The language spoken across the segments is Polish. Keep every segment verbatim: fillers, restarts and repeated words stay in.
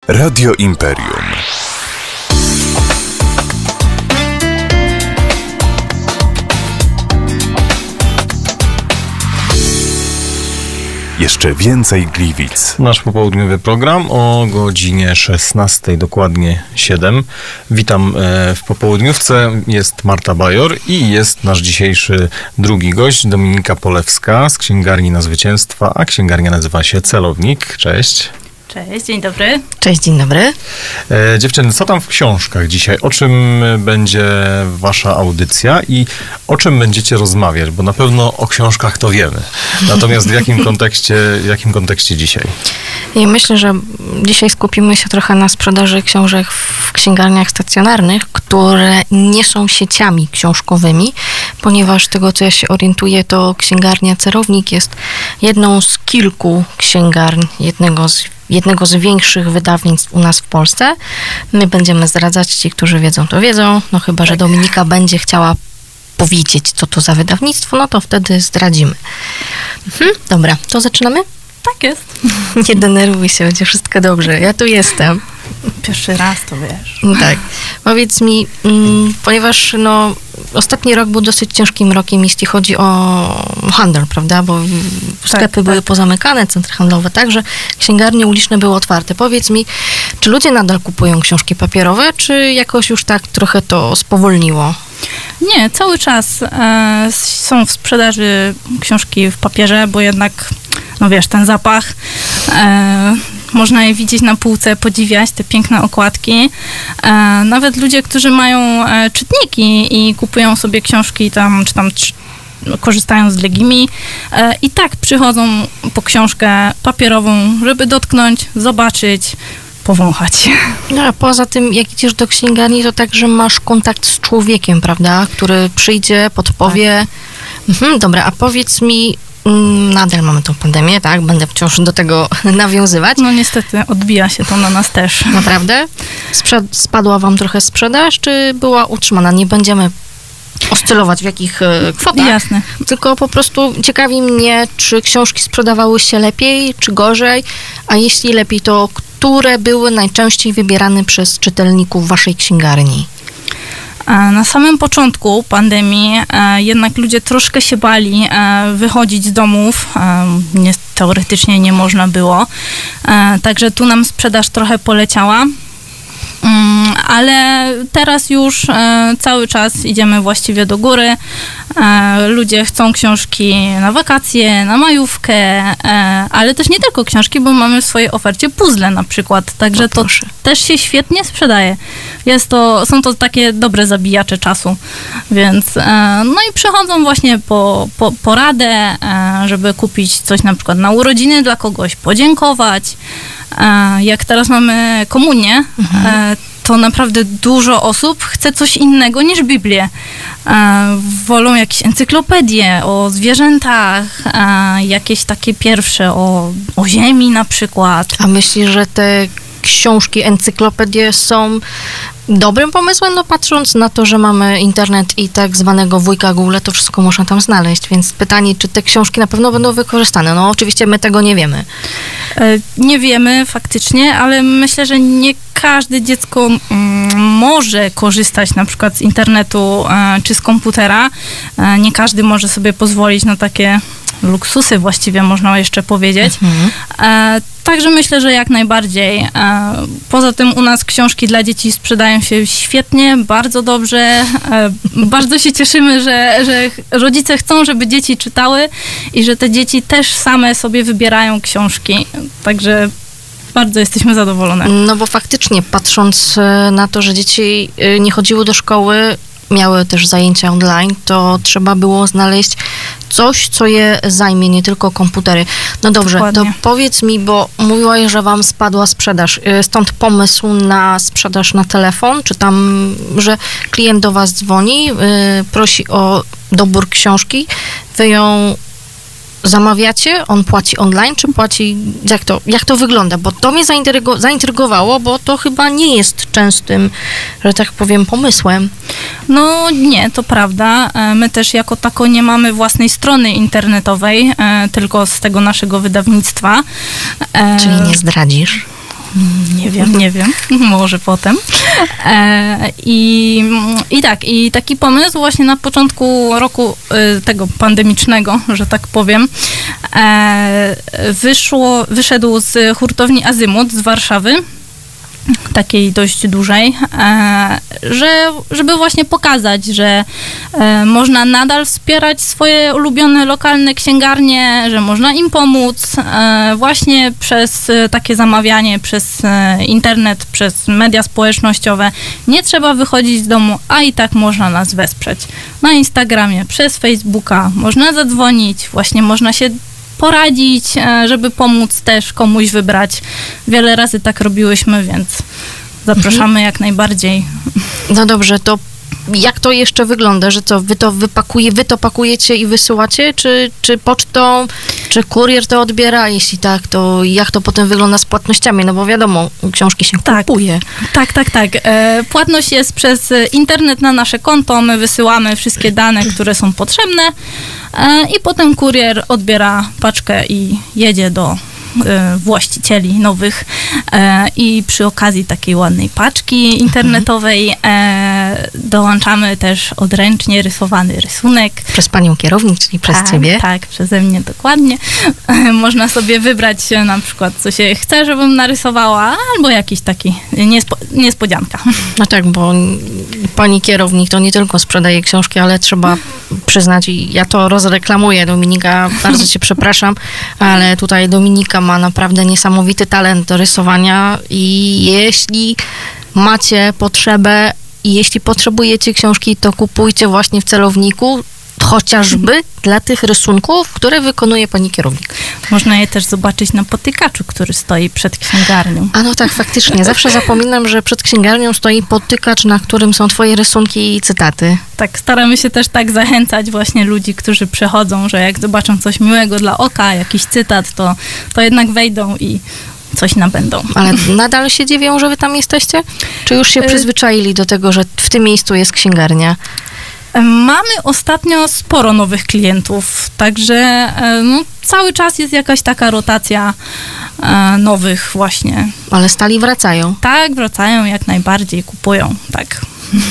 Radio Imperium. Jeszcze więcej Gliwic. Nasz popołudniowy program o godzinie szesnastej, dokładnie siedem. Witam w popołudniówce. Jest Marta Bajor i jest nasz dzisiejszy drugi gość, Dominika Polewska z Księgarni na Zwycięstwa, a księgarnia nazywa się Celownik. Cześć. Cześć, dzień dobry. Cześć, dzień dobry. E, dziewczyny, co tam w książkach dzisiaj? O czym będzie wasza audycja i o czym będziecie rozmawiać? Bo na pewno o książkach to wiemy. Natomiast w jakim kontekście, w jakim kontekście dzisiaj? I myślę, że dzisiaj skupimy się trochę na sprzedaży książek w księgarniach stacjonarnych, które nie są sieciami książkowymi, ponieważ tego, co ja się orientuję, to księgarnia Celownik jest jedną z kilku księgarni, jednego z jednego z większych wydawnictw u nas w Polsce. My będziemy zdradzać, ci, którzy wiedzą, to wiedzą, no chyba, że Dominika będzie chciała powiedzieć, co to za wydawnictwo, no to wtedy zdradzimy. Mhm, dobra, to zaczynamy? Tak jest. Nie denerwuj się, będzie wszystko dobrze. Ja tu jestem. Pierwszy raz to wiesz. Tak. Powiedz mi, mm, ponieważ no, ostatni rok był dosyć ciężkim rokiem, jeśli chodzi o handel, prawda? Bo sklepy tak, były tak. pozamykane, centra handlowe także, księgarnie uliczne były otwarte. Powiedz mi, czy ludzie nadal kupują książki papierowe, czy jakoś już tak trochę to spowolniło? Nie, cały czas e, są w sprzedaży książki w papierze, bo jednak, no wiesz, ten zapach, e, można je widzieć na półce, podziwiać te piękne okładki. E, nawet ludzie, którzy mają e, czytniki i kupują sobie książki tam, czy tam czy, no, korzystają z Legimi, e, i tak przychodzą po książkę papierową, żeby dotknąć, zobaczyć, powąchać. No a poza tym, jak idziesz do księgarni, to także masz kontakt z człowiekiem, prawda? Który przyjdzie, podpowie. Tak. Mhm, dobra, a powiedz mi, nadal mamy tą pandemię, tak? Będę wciąż do tego nawiązywać. No niestety, odbija się to na nas też. Naprawdę? Sprzed- spadła wam trochę sprzedaż, czy była utrzymana? Nie będziemy oscylować w jakich e, kwotach. Jasne. Tylko po prostu ciekawi mnie, czy książki sprzedawały się lepiej, czy gorzej, a jeśli lepiej, to które były najczęściej wybierane przez czytelników waszej księgarni? Na samym początku pandemii e, jednak ludzie troszkę się bali e, wychodzić z domów. E, nie, teoretycznie nie można było. E, także tu nam sprzedaż trochę poleciała. Um, ale teraz już e, cały czas idziemy właściwie do góry. E, ludzie chcą książki na wakacje, na majówkę, e, ale też nie tylko książki, bo mamy w swojej ofercie puzzle na przykład. Także o, to też się świetnie sprzedaje. Jest to, są to takie dobre zabijacze czasu. Więc e, no i przychodzą właśnie po, po, po radę, e, żeby kupić coś na przykład na urodziny dla kogoś, podziękować. Jak teraz mamy komunię, mhm. to naprawdę dużo osób chce coś innego niż Biblię. Wolą jakieś encyklopedie o zwierzętach, jakieś takie pierwsze o, o ziemi na przykład. A myślisz, że te książki, encyklopedie są dobrym pomysłem? No patrząc na to, że mamy internet i tak zwanego wujka Google, to wszystko można tam znaleźć, więc pytanie, czy te książki na pewno będą wykorzystane? No oczywiście my tego nie wiemy. Nie wiemy faktycznie, ale myślę, że nie każde dziecko mm, może korzystać na przykład z internetu e, czy z komputera. E, nie każdy może sobie pozwolić na takie luksusy, właściwie można jeszcze powiedzieć. Mhm. E, także myślę, że jak najbardziej. E, poza tym u nas książki dla dzieci sprzedają się świetnie, bardzo dobrze. E, bardzo się cieszymy, że, że rodzice chcą, żeby dzieci czytały i że te dzieci też same sobie wybierają książki. Także bardzo jesteśmy zadowolone. No bo faktycznie, patrząc na to, że dzieci nie chodziły do szkoły, miały też zajęcia online, to trzeba było znaleźć coś, co je zajmie, nie tylko komputery. No dobrze, Dokładnie. To powiedz mi, bo mówiłaś, że wam spadła sprzedaż. Stąd pomysł na sprzedaż na telefon, czy tam, że klient do was dzwoni, yy, prosi o dobór książki, wy ją zamawiacie, on płaci online, czy płaci, jak to, jak to wygląda? Bo to mnie zaintrygo, zaintrygowało, bo to chyba nie jest częstym, że tak powiem, pomysłem. No nie, to prawda. My też jako tako nie mamy własnej strony internetowej, tylko z tego naszego wydawnictwa. Czyli nie zdradzisz? Nie wiem, nie wiem. Może potem. E, i, I tak, i taki pomysł właśnie na początku roku e, tego pandemicznego, że tak powiem, e, wyszło, wyszedł z hurtowni Azymut z Warszawy, takiej dość dużej, e, że, żeby właśnie pokazać, że e, można nadal wspierać swoje ulubione lokalne księgarnie, że można im pomóc e, właśnie przez e, takie zamawianie, przez e, internet, przez media społecznościowe. Nie trzeba wychodzić z domu, a i tak można nas wesprzeć. Na Instagramie, przez Facebooka można zadzwonić, właśnie można się poradzić, żeby pomóc też komuś wybrać. Wiele razy tak robiłyśmy, więc zapraszamy mhm. jak najbardziej. No dobrze, to jak to jeszcze wygląda, że co, wy to wypakuje, wy to pakujecie i wysyłacie, czy, czy pocztą, czy kurier to odbiera? Jeśli tak, to jak to potem wygląda z płatnościami? No bo wiadomo, książki się tak, kupuje. Tak, tak, tak. E, płatność jest przez internet na nasze konto, my wysyłamy wszystkie dane, które są potrzebne e, i potem kurier odbiera paczkę i jedzie do właścicieli nowych e, i przy okazji takiej ładnej paczki internetowej e, dołączamy też odręcznie rysowany rysunek. Przez panią kierownik, czyli przez tak, ciebie? Tak, przeze mnie dokładnie. E, można sobie wybrać na przykład, co się chce, żebym narysowała, albo jakiś taki niespo, niespodzianka. No tak, bo pani kierownik to nie tylko sprzedaje książki, ale trzeba przyznać, i ja to rozreklamuję, Dominika, bardzo cię przepraszam, ale tutaj Dominika ma naprawdę niesamowity talent do rysowania i jeśli macie potrzebę i jeśli potrzebujecie książki, to kupujcie właśnie w celowniku, chociażby dla tych rysunków, które wykonuje pani kierownik. Można je też zobaczyć na potykaczu, który stoi przed księgarnią. A no tak, faktycznie. Zawsze zapominam, że przed księgarnią stoi potykacz, na którym są twoje rysunki i cytaty. Tak, staramy się też tak zachęcać właśnie ludzi, którzy przychodzą, że jak zobaczą coś miłego dla oka, jakiś cytat, to, to jednak wejdą i coś nabędą. Ale nadal się dziwią, że wy tam jesteście? Czy już się przyzwyczaili do tego, że w tym miejscu jest księgarnia? Mamy ostatnio sporo nowych klientów, także no, cały czas jest jakaś taka rotacja e, nowych właśnie. Ale stali wracają? Tak, wracają jak najbardziej, kupują, tak.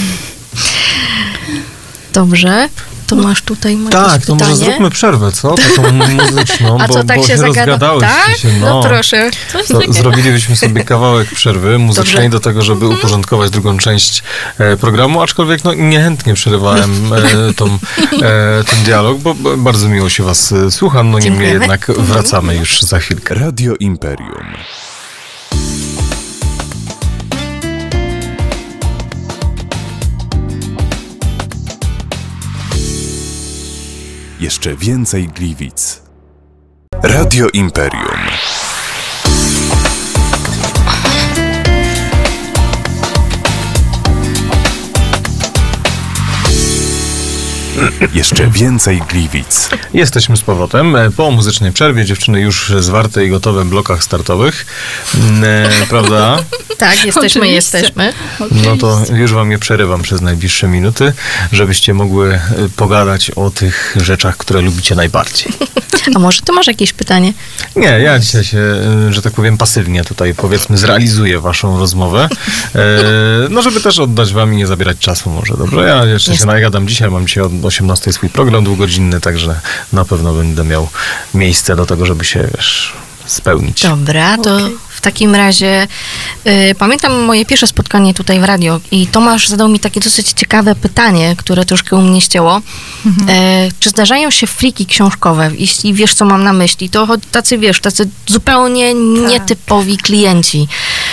Dobrze. To masz tutaj moje Tak, to pytanie. może zróbmy przerwę, co? Taką muzyczną, A bo, co, tak bo się, się zagada... rozgadałyście tak? się. No, no proszę. To zrobilibyśmy sobie kawałek przerwy muzycznej do tego, żeby uporządkować drugą część e, programu, aczkolwiek no, niechętnie przerywałem e, tą, e, ten dialog, bo, bo bardzo miło się was e, słucha, no niemniej jednak wracamy już za chwilkę. Radio Imperium. Jeszcze więcej Gliwic. Radio Imperium. Jeszcze więcej Gliwic. Jesteśmy z powrotem. Po muzycznej przerwie dziewczyny już zwarte i gotowe w blokach startowych. E, prawda? Tak, jesteśmy, Oczywiście. jesteśmy. No to już wam je przerywam przez najbliższe minuty, żebyście mogły pogadać o tych rzeczach, które lubicie najbardziej. A może ty masz jakieś pytanie? Nie, ja dzisiaj się, że tak powiem, pasywnie tutaj, powiedzmy, zrealizuję waszą rozmowę. E, no, żeby też oddać wam i nie zabierać czasu może, dobrze? Ja jeszcze Jest. się nagadam dzisiaj, mam dzisiaj od osiemnastej swój program dwugodzinny, także na pewno będę miał miejsce do tego, żeby się, wiesz, spełnić. Dobra, to okay. W takim razie y, pamiętam moje pierwsze spotkanie tutaj w radio i Tomasz zadał mi takie dosyć ciekawe pytanie, które troszkę u mnie ścięło. Mhm. Y, czy zdarzają się friki książkowe? Jeśli wiesz, co mam na myśli, to choć tacy, wiesz, tacy zupełnie tak. nietypowi klienci.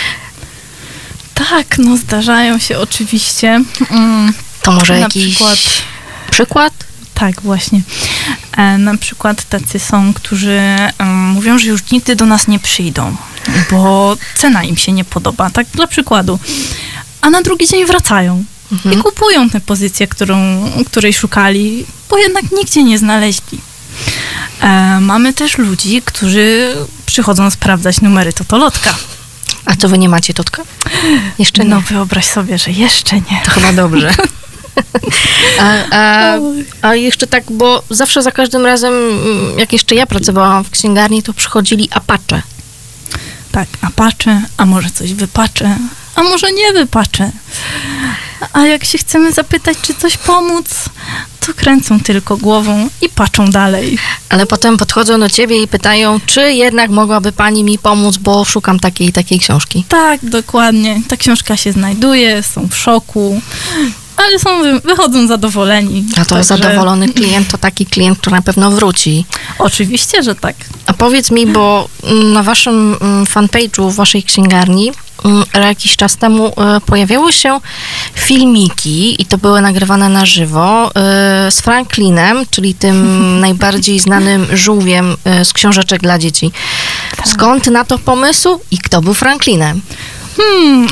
Tak, no zdarzają się oczywiście. Mm, to może na jakiś przykład... przykład? Tak, właśnie. E, na przykład tacy są, którzy um, mówią, że już nigdy do nas nie przyjdą, bo cena im się nie podoba, tak dla przykładu. A na drugi dzień wracają mhm. i kupują tę pozycję, którą, której szukali, bo jednak nigdzie nie znaleźli. E, mamy też ludzi, którzy przychodzą sprawdzać numery totolotka. A co, wy nie macie totka? Jeszcze nie. No wyobraź sobie, że jeszcze nie. To chyba dobrze. A, a, a jeszcze tak, bo zawsze za każdym razem, jak jeszcze ja pracowałam w księgarni, to przychodzili Apache. Tak, a patrzę, a może coś wypaczę, a może nie wypaczę. A jak się chcemy zapytać, czy coś pomóc, to kręcą tylko głową i patrzą dalej. Ale potem podchodzą do ciebie i pytają, czy jednak mogłaby pani mi pomóc, bo szukam takiej i takiej książki. Tak, dokładnie. Ta książka się znajduje, są w szoku, ale są, wychodzą zadowoleni. A to Także... zadowolony klient to taki klient, który na pewno wróci. Oczywiście, że tak. A powiedz mi, bo na waszym fanpage'u, w waszej księgarni jakiś czas temu pojawiały się filmiki i to były nagrywane na żywo z Franklinem, czyli tym najbardziej znanym żółwiem z książeczek dla dzieci. Skąd na to pomysł i kto był Franklinem? Hmm.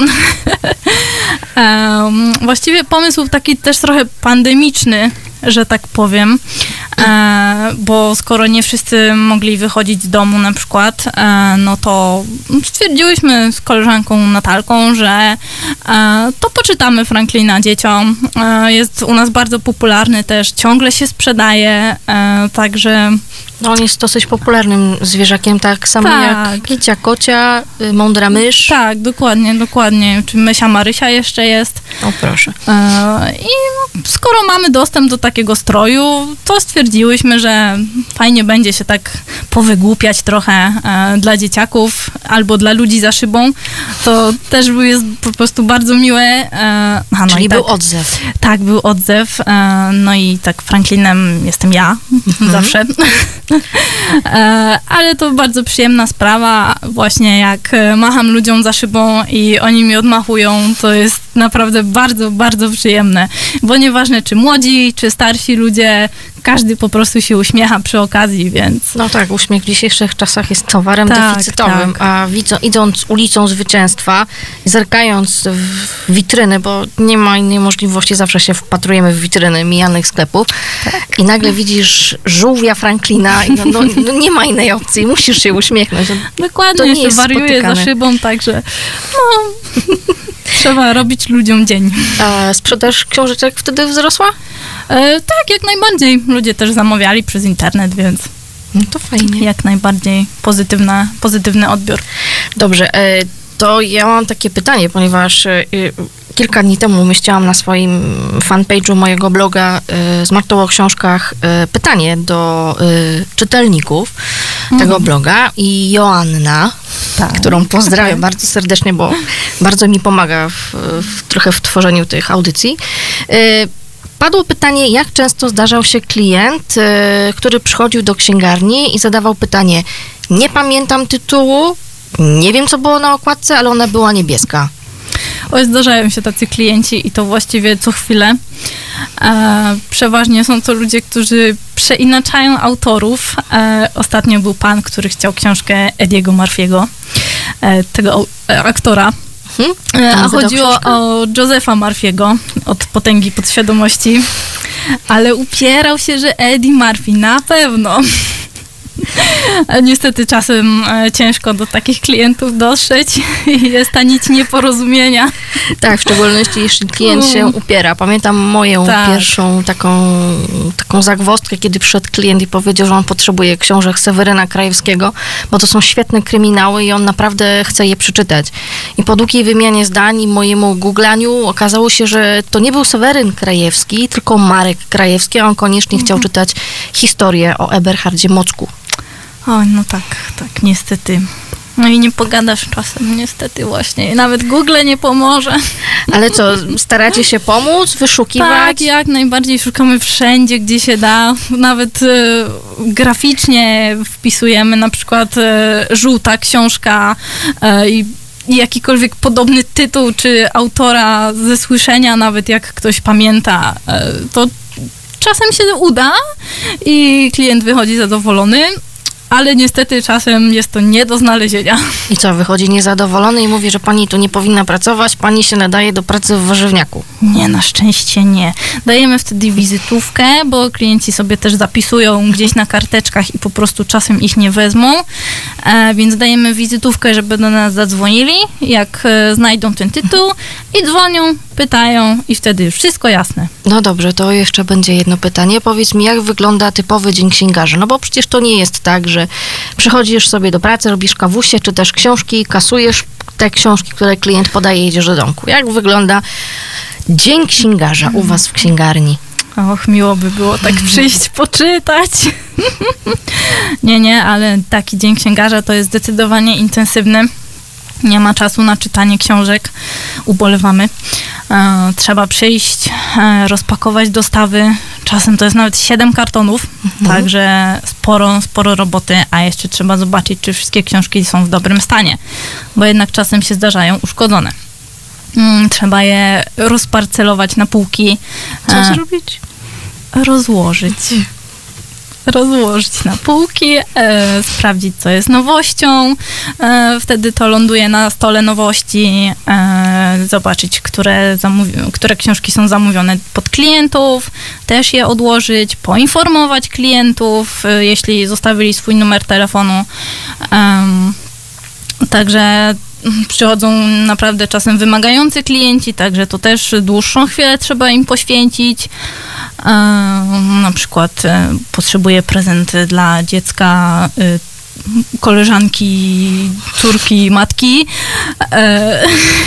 um, właściwie pomysł taki też trochę pandemiczny, że tak powiem, e, bo skoro nie wszyscy mogli wychodzić z domu na przykład, e, no to stwierdziłyśmy z koleżanką Natalką, że e, to poczytamy Franklina dzieciom. E, jest u nas bardzo popularny też, ciągle się sprzedaje, e, także... No on jest dosyć popularnym zwierzakiem, tak samo tak. jak Kicia, Kocia, Mądra Mysz. Tak, dokładnie, dokładnie. Czy Mysia Marysia jeszcze jest. O proszę. E, I skoro mamy dostęp do takiego stroju, to stwierdziłyśmy, że fajnie będzie się tak powygłupiać trochę e, dla dzieciaków albo dla ludzi za szybą. To też jest po prostu bardzo miłe. E, a, no Czyli i tak, był odzew. Tak, był odzew. E, no i tak Franklinem jestem ja mhm. zawsze. E, ale to bardzo przyjemna sprawa. Właśnie jak macham ludziom za szybą i oni mi odmachują, to jest naprawdę bardzo, bardzo przyjemne. Bo nieważne, czy młodzi, czy starsi ludzie, każdy po prostu się uśmiecha przy okazji, więc... No tak, uśmiech w dzisiejszych czasach jest towarem tak, deficytowym, tak. a widzą, idąc ulicą Zwycięstwa, zerkając w witryny, bo nie ma innej możliwości, zawsze się wpatrujemy w witryny mijanych sklepów tak. i nagle widzisz żółwia Franklina i no, no, no nie ma innej opcji, musisz się uśmiechnąć. Dokładnie, to nie się jest wariuje spotykane. za szybą, także no, trzeba robić ludziom dzień. A sprzedaż książeczek wtedy wzrosła? E, tak, jak najbardziej. Ludzie też zamawiali przez internet, więc no to fajnie. Jak najbardziej pozytywna, pozytywny odbiór. Dobrze, e, to ja mam takie pytanie, ponieważ e, kilka dni temu umieściłam na swoim fanpage'u mojego bloga e, z Martą o książkach e, pytanie do e, czytelników mhm. tego bloga i Joanna, tak. którą pozdrawiam bardzo serdecznie, bo bardzo mi pomaga w, w, trochę w tworzeniu tych audycji. E, Padło pytanie, jak często zdarzał się klient, y, który przychodził do księgarni i zadawał pytanie, nie pamiętam tytułu, nie wiem, co było na okładce, ale ona była niebieska. Oj, zdarzają się tacy klienci i to właściwie co chwilę. E, przeważnie są to ludzie, którzy przeinaczają autorów. E, ostatnio był pan, który chciał książkę Ediego Murphy'ego, e, tego e, aktora. Hmm? A chodziło o Josepha Murphy'ego od Potęgi Podświadomości, ale upierał się, że Eddie Murphy na pewno. Niestety czasem ciężko do takich klientów dotrzeć i jest ta nić nieporozumienia. Tak, w szczególności jeśli klient się upiera. Pamiętam moją tak. pierwszą taką, taką zagwozdkę, kiedy przyszedł klient i powiedział, że on potrzebuje książek Seweryna Krajewskiego, bo to są świetne kryminały i on naprawdę chce je przeczytać. I po długiej wymianie zdań i mojemu googlaniu okazało się, że to nie był Seweryn Krajewski, tylko Marek Krajewski, a on koniecznie mhm. chciał czytać historię o Eberhardzie Mocku. Oj, no tak, tak, niestety. No i nie pogadasz czasem, niestety właśnie. Nawet Google nie pomoże. Ale co, staracie się pomóc, wyszukiwać? Tak, jak najbardziej szukamy wszędzie, gdzie się da. Nawet e, graficznie wpisujemy na przykład e, żółta książka e, i jakikolwiek podobny tytuł, czy autora ze słyszenia, nawet jak ktoś pamięta, e, to czasem się uda i klient wychodzi zadowolony. Ale niestety czasem jest to nie do znalezienia. I co, wychodzi niezadowolony i mówi, że pani tu nie powinna pracować, pani się nadaje do pracy w warzywniaku? Nie, na szczęście nie. Dajemy wtedy wizytówkę, bo klienci sobie też zapisują gdzieś na karteczkach i po prostu czasem ich nie wezmą, e, więc dajemy wizytówkę, żeby do nas zadzwonili, jak e, znajdą ten tytuł i dzwonią pytają i wtedy już wszystko jasne. No dobrze, to jeszcze będzie jedno pytanie. Powiedz mi, jak wygląda typowy dzień księgarza? No bo przecież to nie jest tak, że przychodzisz sobie do pracy, robisz kawusie, czytasz książki, kasujesz te książki, które klient podaje i jedziesz do domku. Jak wygląda dzień księgarza u was w księgarni? Och, miło by było tak przyjść, poczytać. nie, nie, ale taki dzień księgarza to jest zdecydowanie intensywny. Nie ma czasu na czytanie książek. Ubolewamy. E, trzeba przyjść, e, rozpakować dostawy. Czasem to jest nawet siedem kartonów, mhm. także sporo, sporo roboty, a jeszcze trzeba zobaczyć, czy wszystkie książki są w dobrym stanie, bo jednak czasem się zdarzają uszkodzone. Mm, trzeba je rozparcelować na półki. Co e, zrobić? Rozłożyć. Rozłożyć na półki, e, sprawdzić, co jest nowością. E, wtedy to ląduje na stole nowości. E, zobaczyć, które, zamówi- które książki są zamówione pod klientów. Też je odłożyć, poinformować klientów, e, jeśli zostawili swój numer telefonu. E, także przychodzą naprawdę czasem wymagający klienci, także to też dłuższą chwilę trzeba im poświęcić. E, na przykład e, potrzebuję prezent dla dziecka, e, koleżanki, córki, matki. E,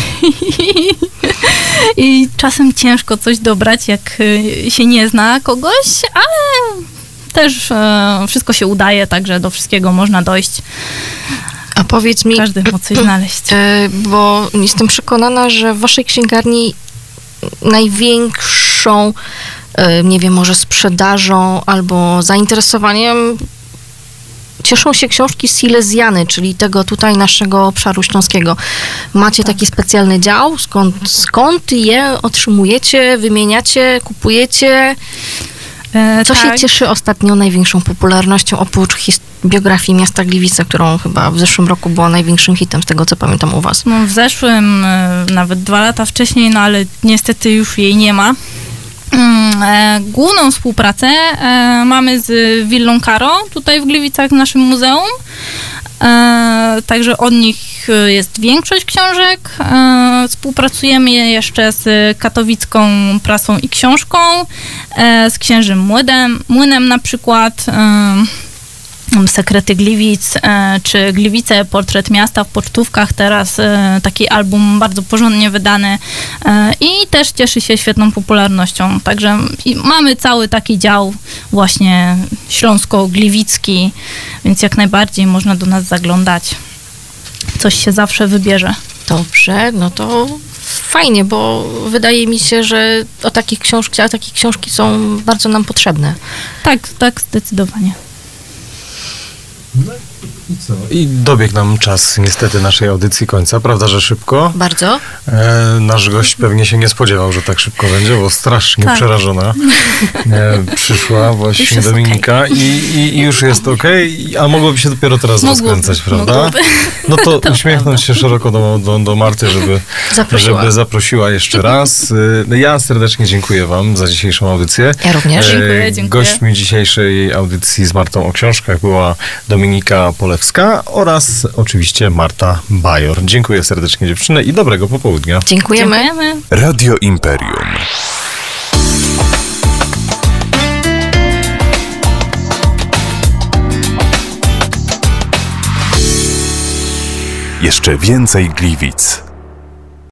I czasem ciężko coś dobrać, jak się nie zna kogoś, ale też e, wszystko się udaje, także do wszystkiego można dojść. A powiedz mi, Każdy ma coś znaleźć. e, bo jestem przekonana, że w waszej księgarni największą, e, nie wiem, może sprzedażą albo zainteresowaniem cieszą się książki Silesiany, czyli tego tutaj naszego obszaru śląskiego. Macie taki specjalny dział? Skąd, skąd je otrzymujecie, wymieniacie, kupujecie? E, Co tak. się cieszy ostatnio największą popularnością oprócz his- biografii Miasta Gliwice, którą chyba w zeszłym roku była największym hitem, z tego co pamiętam u was? No, w zeszłym, e, nawet dwa lata wcześniej, no ale niestety już jej nie ma. Mm, e, Główną współpracę e, mamy z Willą Karo, tutaj w Gliwicach, w naszym muzeum. E, także od nich jest większość książek. E, współpracujemy jeszcze z katowicką prasą i książką, e, z księżym Młynem, Młynem na przykład. E, Sekrety Gliwic, e, czy Gliwice, Portret Miasta w pocztówkach, teraz e, taki album bardzo porządnie wydany e, i też cieszy się świetną popularnością. Także i mamy cały taki dział właśnie śląsko-gliwicki, więc jak najbardziej można do nas zaglądać. Coś się zawsze wybierze. Dobrze, no to fajnie, bo wydaje mi się, że o takich książki, a takie książki są bardzo nam potrzebne. Tak, tak, zdecydowanie. I dobiegł nam czas niestety naszej audycji końca, prawda, że szybko? Bardzo. E, nasz gość pewnie się nie spodziewał, że tak szybko będzie, bo strasznie Tak. przerażona e, przyszła Już właśnie jest Dominika okay. i, i, i już jest okej, okay, a mogłoby się dopiero teraz Mogłoby, rozkręcać, prawda? mogłoby. No to, to uśmiechnąć się szeroko do, do, do Marty, żeby Zaprosiła. żeby zaprosiła jeszcze raz. E, Ja serdecznie dziękuję wam za dzisiejszą audycję. Ja również. E, Dziękuję, dziękuję. Gośćmi dzisiejszej audycji z Martą o książkach była Dominika Polewska oraz oczywiście Marta Bajor. Dziękuję serdecznie dziewczyny i dobrego popołudnia. Dziękujemy. Dziękujemy. Radio Imperium. Jeszcze więcej Gliwic.